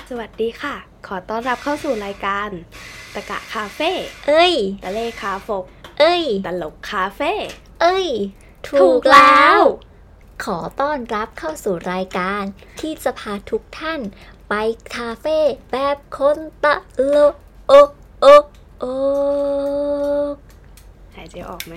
สวัสดีค่ะ ขอต้อนรับเข้าสู่รายการตะกะคาเฟ่เอ้ยตะเลคาฟกเอ้ยตลกคาเฟ่เอ้ยถูกแล้วขอต้อนรับเข้าสู่รายการที่จะพาทุกท่านไปคาเฟ่แบบคนตลกโอโอโอหายใจออกไหม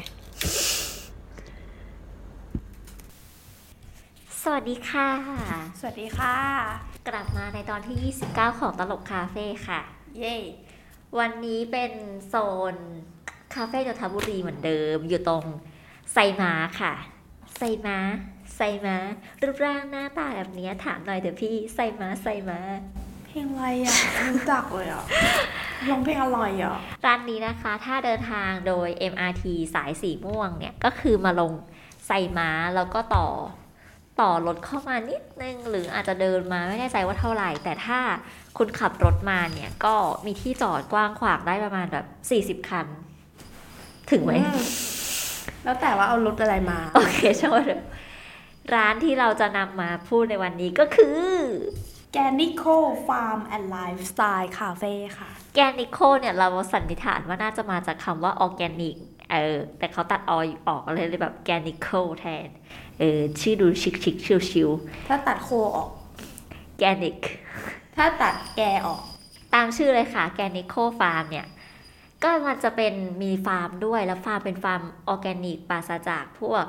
สวัสดีค่ะสวัสดีค่ะกลับมาในตอนที่ 29 ของตลกคาเฟ่ค่ะเย้วันนี้เป็นโซนคาเฟ่นนทบุรีเหมือนเดิม อยู่ตรงไซม้าค่ะ ไซม้ารูปร่างหน้าตาแบบนี้ถามหน่อยเดี๋ยวพี่ไซม้าเพลงอะไรอ่ะ รู้จักเลยอ่ะร้องเพลงอร่อยอ่ะร้านนี้นะคะถ้าเดินทางโดย MRT สายสีม่วงเนี่ยก็คือมาลงไซม้าแล้วก็ต่อรถเข้ามานิดนึงหรืออาจจะเดินมาไม่แน่ใจว่าเท่าไหร่แต่ถ้าคุณขับรถมาเนี่ยก็มีที่จอดกว้างขวางได้ประมาณแบบ40 คัน ถึงไหมแล้วแต่ว่าเอารถอะไรมาโอเคช่างมันเถอะร้านที่เราจะนำมาพูดในวันนี้ก็คือแกนิโคฟาร์มแอนด์ไลฟ์สไตล์คาเฟ่ค่ะแกนิโคเนี่ยเราสันนิษฐานว่าน่าจะมาจากคำว่าออร์แกนิกแต่เขาตัดออกเลยแบบแกนิโคแทนชื่อดูชิคชิวถ้าตัดโคออกๆแกนิกถ้าตัดแกออกตามชื่อเลยค่ะแกนิโคฟาร์มเนี่ยก็มันจะเป็นมีฟาร์มด้วยแล้วฟาร์มเป็นฟาร์มออร์แกนิกปราศจากพวก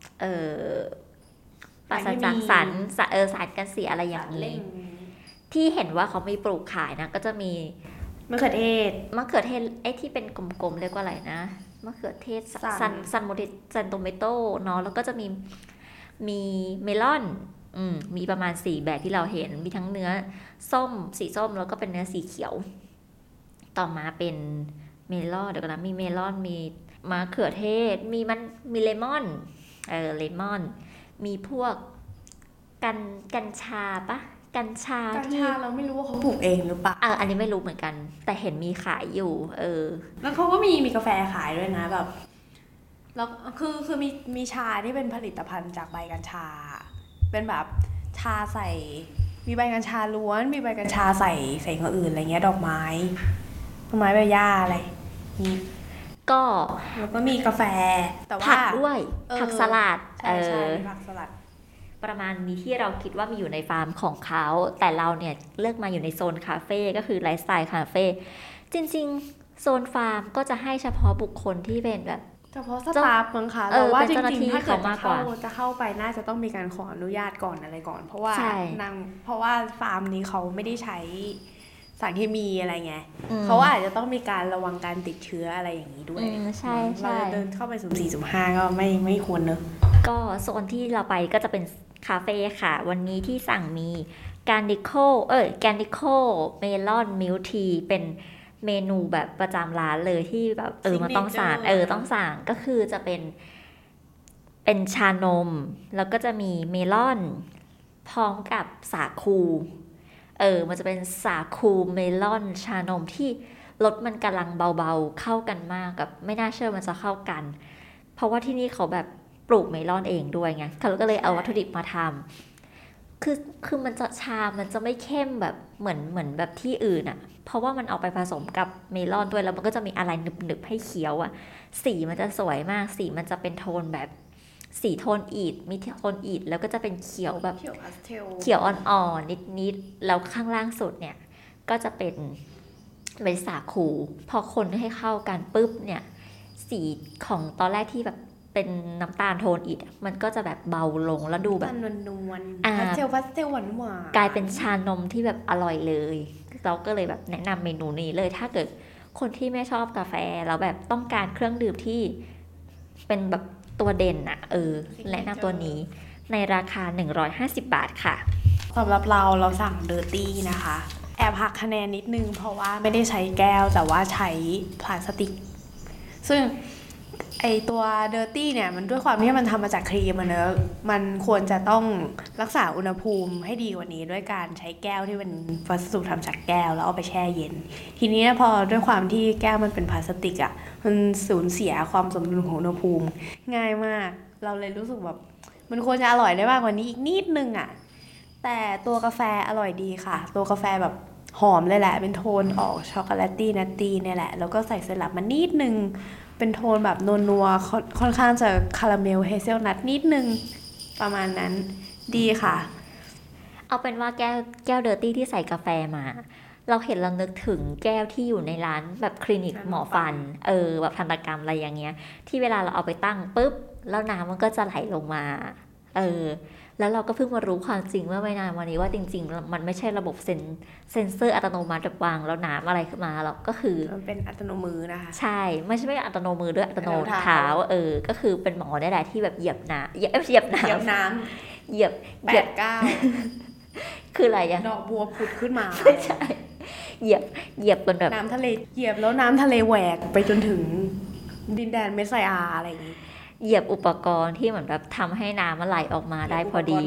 ปราศจากสารกันเสียอะไรอย่างนี้ที่เห็นว่าเขามีปลูกขายนะก็จะมีมะเขือเทศไอ้ที่เป็นกลมๆเรียกว่าอะไรนะมะเขือเทศซันโตเมโต้เนาะแล้วก็จะมีเมลอนมีประมาณ4แบบที่เราเห็นมีทั้งเนื้อส้มสีส้มแล้วก็เป็นเนื้อสีเขียวต่อมาเป็นเมลอนเดี๋ยวก่อนนะมีเมลอนมีมะเขือเทศมีเลมอนเลมอนมีพวกกัญชาปะกัญชาที่เราไม่รู้ว่าเขาปลูกเองหรือเปล่าอันนี้ไม่รู้เหมือนกันแต่เห็นมีขายอยู่แล้วเขาก็มีกาแฟขายด้วยนะแบบแล้วคือมีชาที่เป็นผลิตภัณฑ์จากใบกัญชาเป็นแบบชาใส่มีใบกัญชาล้วนมีใบกัญชาใส่อย่างอื่นอะไรเงี้ยดอกไม้ใบหญ้าอะไรนี่ก็แล้วก็มีกาแฟแต่ว่าผักด้วยผักสลัดใช่ผักสลัดประมาณนี้ที่เราคิดว่ามีอยู่ในฟาร์มของเขาแต่เราเนี่ยเลือกมาอยู่ในโซนคาเฟ่ก็คือไลฟ์สไตล์คาเฟ่จริงๆโซนฟาร์มก็จะให้เฉพาะบุคคลที่เป็นแบบเฉพาะสตาฟมั้งคะแต่ว่าจริงๆถ้าเกิดจะเข้าไปน่าจะต้องมีการขออนุญาตก่อนอะไรก่อนเพราะว่าฟาร์มนี้เขาไม่ได้ใช้สารเคมีอะไรไงเขาอาจจะต้องมีการระวังการติดเชื้ออะไรอย่างนี้ด้วยใช่เราจะเดินเข้าไปสุ่ม4สุ่ม5ก็ไม่ควรเนอะก็โซนที่เราไปก็จะเป็นคาเฟ่ค่ะวันนี้ที่สั่งมีแกนิโคเมลอนมิลทีเป็นเมนูแบบประจำร้านเลยที่แบบมันต้องสั่งก็คือจะเป็นชานมแล้วก็จะมีเมลอนพร้อมกับสาคูมันจะเป็นสาคูเมลอนชานมที่รสมันกำลังเบาๆเข้ากันมากกับไม่น่าเชื่อมันจะเข้ากันเพราะว่าที่นี่เขาแบบปลูกเมลอนเองด้วยไงเขาก็เลยเอาวัตถุดิบมาทำคือมันจะไม่เข้มแบบเหมือนแบบที่อื่นอ่ะเพราะว่ามันเอาไปผสมกับเมลอนด้วยแล้วมันก็จะมีอะไรหนึบๆให้เคี้ยวอ่ะสีมันจะสวยมากสีมันจะเป็นโทนแบบสีโทนอีดมีโทนอีดแล้วก็จะเป็นเขียวแบบเขียวอ่อนๆนิดๆแล้วข้างล่างสุดเนี่ยก็จะเป็นสาคูพอคนให้เข้ากันปุ๊บเนี่ยสีของตอนแรกที่แบบเป็นน้ำตาลโทนอิฐมันก็จะแบบเบาลงแล้วดูแบบนวลพาสเทลหวานกลายเป็นชานมที่แบบอร่อยเลยเราก็เลยแบบแนะนำเมนูนี้เลยถ้าเกิดคนที่ไม่ชอบกาแฟแล้วแบบต้องการเครื่องดื่มที่เป็นแบบตัวเด่นอะแนะนำตัวนี้ในราคา150 บาทค่ะสำหรับเราสั่งเดอร์ตี้นะคะแอบหักคะแนนนิดนึงเพราะว่าไม่ได้ใช้แก้วแต่ว่าใช้พลาสติกซึ่งไอตัวเดอร์ตี้เนี่ยมันด้วยความที่มันทำมาจากครีมเนอะมันควรจะต้องรักษาอุณหภูมิให้ดีกว่านี้ด้วยการใช้แก้วที่เป็นวัสดุทำจากแก้วแล้วเอาไปแช่เย็นทีนี้พอด้วยความที่แก้วมันเป็นพลาสติกอ่ะมันสูญเสียความสมดุลของอุณหภูมิง่ายมากเราเลยรู้สึกแบบมันควรจะอร่อยได้มากกว่านี้อีกนิดนึงอ่ะแต่ตัวกาแฟอร่อยดีค่ะตัวกาแฟแบบหอมเลยแหละเป็นโทนออกช็อกโกแลตตี้นัตตี้เนี่ยแหละแล้วก็ใส่สลับมานิดนึงเป็นโทนแบบนัวๆค่อนข้างจะคาราเมลเฮเซลนัทนิดนึงประมาณนั้นดีค่ะเอาเป็นว่าแก้วเดอร์ตี้ที่ใส่กาแฟมาเราเห็นเรานึกถึงแก้วที่อยู่ในร้านแบบคลินิกหมอฟันแบบทันตกรรมอะไรอย่างเงี้ยที่เวลาเราเอาไปตั้งปุ๊บแล้วน้ำมันก็จะไหลลงมาเออแล้วเราก็เพิ่งมารู้ความจริงเมื่อไม่นานวันนี้ว่าจริงๆมันไม่ใช่ระบบเซนเซอร์อัตโนมัติแบบวางแล้วน้ำอะไรขึ้นมาหรอกก็คือมันเป็นอัตโนมือนะคะใช่ไม่อัตโนมือด้วยอัตโนเท้าก็คือเป็นหมอได้แหละที่แบบเหยียบน้ำเหยียบน้ำเหยียบ8-9คืออะไรอะดอกบัวผุดขึ้นมาไม่ใช่เหยียบกันแบบน้ำทะเลเหยียบแล้วน้ำทะเลแหวกไปจนถึงดินแดนเมสไซอาอะไรอย่างนี้เหยียบอุปกรณ์ที่เหมือนแบบทำให้น้ำมันไหลออกมาได้พอดี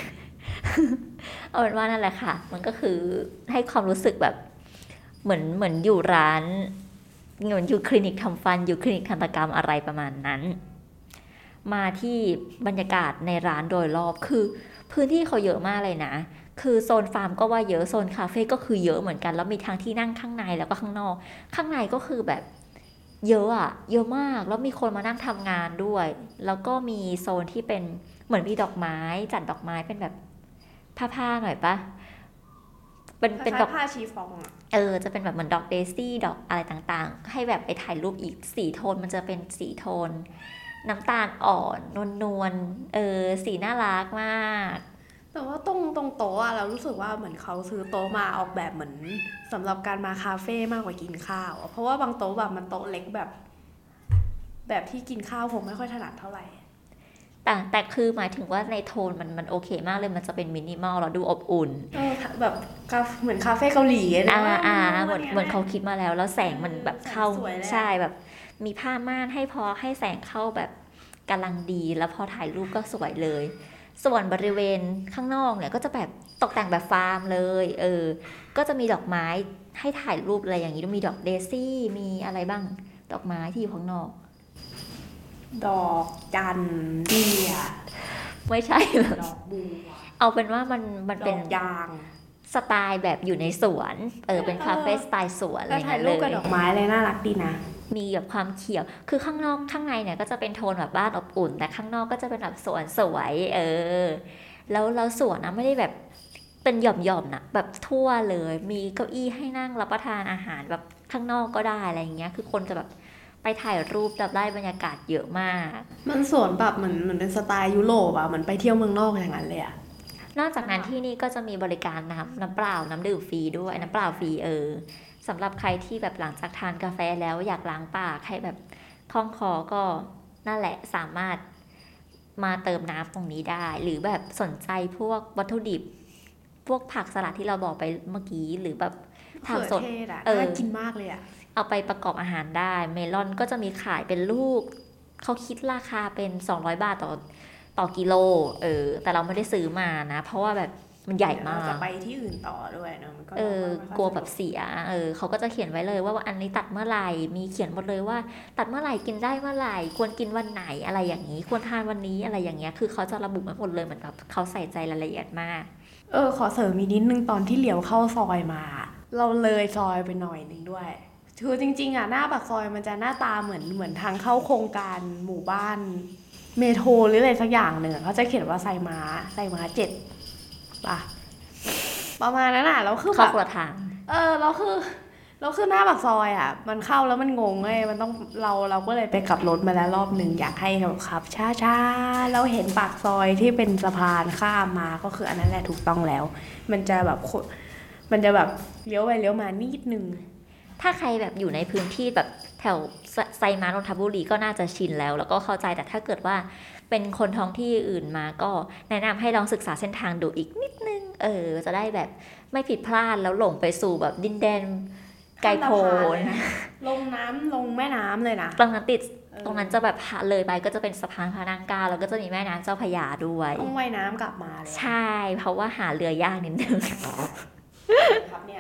เอาเป็นว่านั่นแหละค่ะมันก็คือให้ความรู้สึกแบบเหมือนอยู่ร้านเหมือนอยู่คลินิกทำฟันอยู่คลินิกทันตกรรมอะไรประมาณนั้นมาที่บรรยากาศในร้านโดยรอบคือพื้นที่เขาเยอะมากเลยนะคือโซนฟาร์มก็ว่าเยอะโซนคาเฟ่ก็คือเยอะเหมือนกันแล้วมีทั้งที่นั่งข้างในแล้วก็ข้างนอกข้างในก็คือแบบเยอะอะเยอะมากแล้วมีคนมานั่งทำงานด้วยแล้วก็มีโซนที่เป็นเหมือนมีดอกไม้จัดดอกไม้เป็นแบบผ้าหน่อยปะเป็นดอกผ้าชีฟองจะเป็นแบบเหมือนดอกเดซี่ดอกอะไรต่างๆให้แบบไปถ่ายรูปอีกสีโทนมันจะเป็นสีโทนน้ำตาลอ่อนนวลสีน่ารักมากแต่ว่าตรงโต๊ะเรารู้สึกว่าเหมือนเขาซื้อโต๊ะมาออกแบบเหมือนสำหรับการมาคาเฟ่มากกว่ากินข้าวเพราะว่าบางโต๊ะแบบมันโต๊ะเล็กแบบที่กินข้าวผมไม่ค่อยถนัดเท่าไหร่แต่คือหมายถึงว่าในโทนมันโอเคมากเลยมันจะเป็นมินิมอลแล้วดูอบอุ่นแบบเหมือนคาเฟ่เกาหลีนะเหมือนเขาคิดมาแล้วแสงมันแบบเข้าใช่แบบมีผ้าม่านให้พอให้แสงเข้าแบบกำลังดีแล้วพอถ่ายรูปก็สวยเลยส่วนบริเวณข้างนอกเนี่ยก็จะแบบตกแต่งแบบฟาร์มเลยก็จะมีดอกไม้ให้ถ่ายรูปอะไรอย่างนี้มีดอกเดซี่มีอะไรบ้างดอกไม้ที่อยู่ข้างนอกดอกจันเดียไม่ใช่ดอกบัวเอาเป็นว่ามันเป็นยางสไตล์แบบอยู่ในสวนเป็นคาเฟ่สไตล์สวนอะไรอย่างเงี้ยเลยถ่ายรูปกับดอกไม้เลยน่ารักดีนะมีแบบความเขียวคือข้างนอกข้างในเนี่ยก็จะเป็นโทนแบบบ้านอบอุ่นแต่ข้างนอกก็จะเป็นแบบสวนสวยแล้วสวนนะไม่ได้แบบเป็นหย่อมๆนะแบบทั่วเลยมีเก้าอี้ให้นั่งรับประทานอาหารแบบข้างนอกก็ได้อะไรอย่างเงี้ยคือคนจะแบบไปถ่ายรูปแบบได้บรรยากาศเยอะมากมันสวนแบบเหมือนเป็นสไตล์ยุโรปอะเหมือนไปเที่ยวเมืองนอกอย่างนั้นเลยอะนอกจากนั้นที่นี่ก็จะมีบริการน้ำเปล่าน้ำดื่มฟรีด้วยน้ำเปล่าฟรีสำหรับใครที่แบบหลังจากทานกาแฟแล้วอยากล้างปากให้แบบคล่องคอก็นั่นแหละสามารถมาเติมน้ำตรงนี้ได้หรือแบบสนใจพวกวัตถุดิบพวกผักสลัดที่เราบอกไปเมื่อกี้หรือแบบผักสดน่ากินมากเลยอะเอาไปประกอบอาหารได้เมลอนก็จะมีขายเป็นลูกเขาคิดราคาเป็น200 บาทต่อกิโลแต่เราไม่ได้ซื้อมานะเพราะว่าแบบมันใหญ่มากจะไปที่อื่นต่อด้วยเนาะมันก็กลัวแบบเสียเขาก็จะเขียนไว้เลยว่าอันนี้ตัดเมื่อไหร่มีเขียนหมดเลยว่าตัดเมื่อไหร่กินได้เมื่อไหร่ควรกินวันไหนอะไรอย่างนี้ควรทานวันนี้อะไรอย่างเงี้ยคือเขาจะระบุไว้หมดเลยเหมือนแบบเขาใส่ใจรายละเอียดมากขอเสริมอีกนิดนึงตอนที่เลี้ยวเข้าซอยมาเราเลยซอยไปหน่อยนึงด้วยคือจริงๆอ่ะหน้าปากซอยมันจะหน้าตาเหมือนทางเข้าโครงการหมู่บ้านเมโทรหรืออะไรสักอย่างหนึ่งเขาจะเขียนว่าไซม้า7ป่ะประมาณนั้นอ่ะแล้วคือแบบขวทางเราคือหน้าปากซอยอ่ะมันเข้าแล้วมันงงไงมันต้องเราก็เลยไปขับรถมาแล้วรอบนึงอยากให้ขับช้าๆเราเห็นปากซอยที่เป็นสะพานข้ามมาก็คืออันนั้นแหละถูกต้องแล้วมันจะแบบเลี้ยวไปเลี้ยวมานิดนึงถ้าใครแบบอยู่ในพื้นที่แบบแถวไซม้านนทบุรีก็น่าจะชินแล้วก็เข้าใจแต่ถ้าเกิดว่าเป็นคนท้องที่อื่นมาก็แนะนำให้ลองศึกษาเส้นทางดูอีกนิดนึงจะได้แบบไม่ผิดพลาดแล้วหลงไปสู่แบบดินแดนไกลโพ้นลงแม่น้ำเลยนะตรงนั้นจะแบบเลยไปก็จะเป็นสะพานพระนางเกล้าแล้วก็จะมีแม่น้ำเจ้าพระยาด้วยต้องว่ายน้ำกลับมาเลยใช่เพราะว่าหาเรือยากนิดนึงครับเนี่ย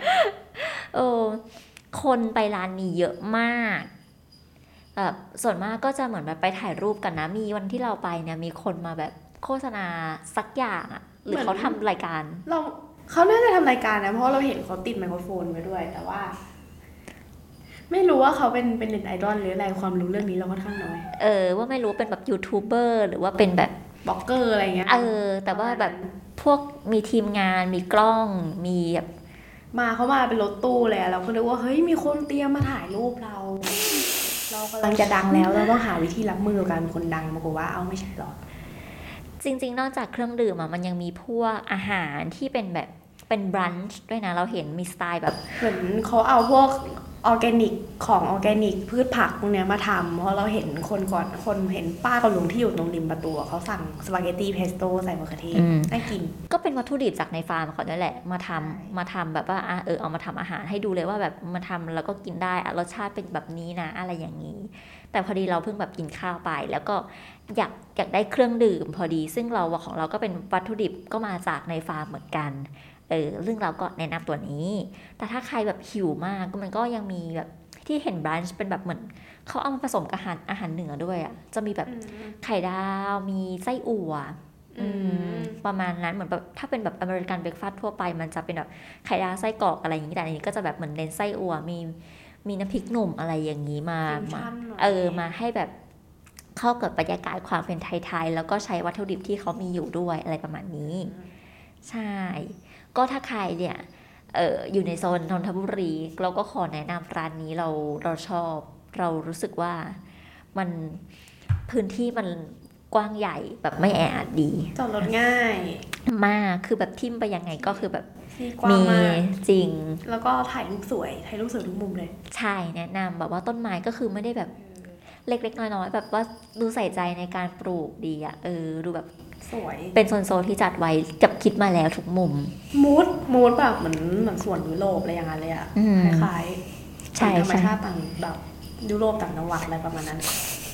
คนไปร้านนี้เยอะมากแบบส่วนมากก็จะเหมือนแบบไปถ่ายรูปกันนะมีวันที่เราไปเนี่ยมีคนมาแบบโฆษณาสักอย่างอะหรือเขาทำรายการเขาน่าจะทำรายการนะเพราะเราเห็นเขาติดไมโครโฟนไว้ด้วยแต่ว่า ไม่รู้ว่าเขาเป็นเน็ตไอดอลหรืออะไรความรู้เรื่องนี้เราค่อนข้างน้อยว่าไม่รู้เป็นแบบยูทูบเบอร์หรือว่าเป็นแบบบล็อกเกอร์อะไรเงี้ยแต่ว่าแบบพวกมีทีมงานมีกล้องมีแบบเขามาเป็นรถตู้เลยเราก็นึกว่าเฮ้ยมีคนเตรียมมาถ่ายรูปเรากำลังจะดังแล้วเราต้องหาวิธีรับมือกับการเป็นคนดังมากกว่าไม่ใช่หรอจริงๆนอกจากเครื่องดื่มมันยังมีพวกอาหารที่เป็นแบบเป็นบรันช์ด้วยนะเราเห็นมีสไตล์แบบเหมือนเขาเอาพวกออร์แกนิกของออร์แกนิกพืชผักพวกนี้มาทำเพราะเราเห็นคนเห็นป้ากับลุงที่อยู่ตรงริมประตูเขาสั่งสปาเกตตี้เพสโต้ใส่มะเขือเทศน่ากินก็เป็นวัตถุดิบจากในฟาร์มเขาด้วยแหละมาทำแบบว่าเอามาทำอาหารให้ดูเลยว่าแบบมาทำแล้วก็กินได้รสชาติเป็นแบบนี้นะอะไรอย่างนี้แต่พอดีเราเพิ่งแบบกินข้าวไปแล้วก็อยากได้เครื่องดื่มพอดีซึ่งเราของเราก็เป็นวัตถุดิบก็มาจากในฟาร์มเหมือนกันเรื่องเราก็แนะนำตัวนี้แต่ถ้าใครแบบหิวมากมันก็ยังมีแบบที่เห็นบรันช์เป็นแบบเหมือนเขาเอามาผสมกับอาหารเหนือด้วยจะมีแบบไข่ดาวมีไส้อั่วประมาณนั้นเหมือนแบบถ้าเป็นแบบอเมริกันเบรคฟาสต์ทั่วไปมันจะเป็นแบบไข่ดาวไส้กรอกอะไรอย่างนี้แต่อันนี้ก็จะแบบเหมือนเน้นไส้อั่วมีน้ำพริกหนุ่มอะไรอย่างนี้มาให้แบบเข้ากับบรรยากาศความเป็นไทยๆแล้วก็ใช้วัตถุดิบที่เขามีอยู่ด้วยอะไรประมาณนี้ใช่ก็ถ้าใครเนี่ยอยู่ในโซนนนทบุรีเราก็ขอแนะนำร้านนี้เราชอบเรารู้สึกว่ามันพื้นที่มันกว้างใหญ่แบบไม่แออัดดีจอดรถง่ายมากคือแบบทิ่มไปยังไงก็คือแบบมีจริงแล้วก็ถ่ายรูปสวยทุกมุมเลยใช่แนะนำแบบว่าต้นไม้ก็คือไม่ได้แบบเล็กๆน้อยๆแบบว่าดูใส่ใจในการปลูกดีดูแบบสวยเป็นโซนที่จัดไว้จับคิดมาแล้วทุกมุมมูดแบบเหมือนสวนยุโรปอะไรอย่างเงี้ยเลยคล้ายๆธรรมชาติต่างแบบยุโรปต่างจังหวัดอะไรประมาณนั้น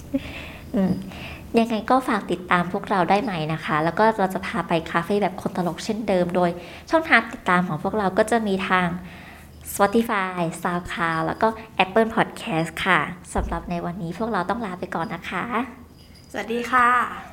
ยังไงก็ฝากติดตามพวกเราได้ใหม่นะคะแล้วก็เราจะพาไปคาเฟ่แบบคนตลกเช่นเดิมโดยช่องทางติดตามของพวกเราก็จะมีทาง Spotify, SoundCloud แล้วก็ Apple Podcast ค่ะสำหรับในวันนี้พวกเราต้องลาไปก่อนนะคะสวัสดีค่ะ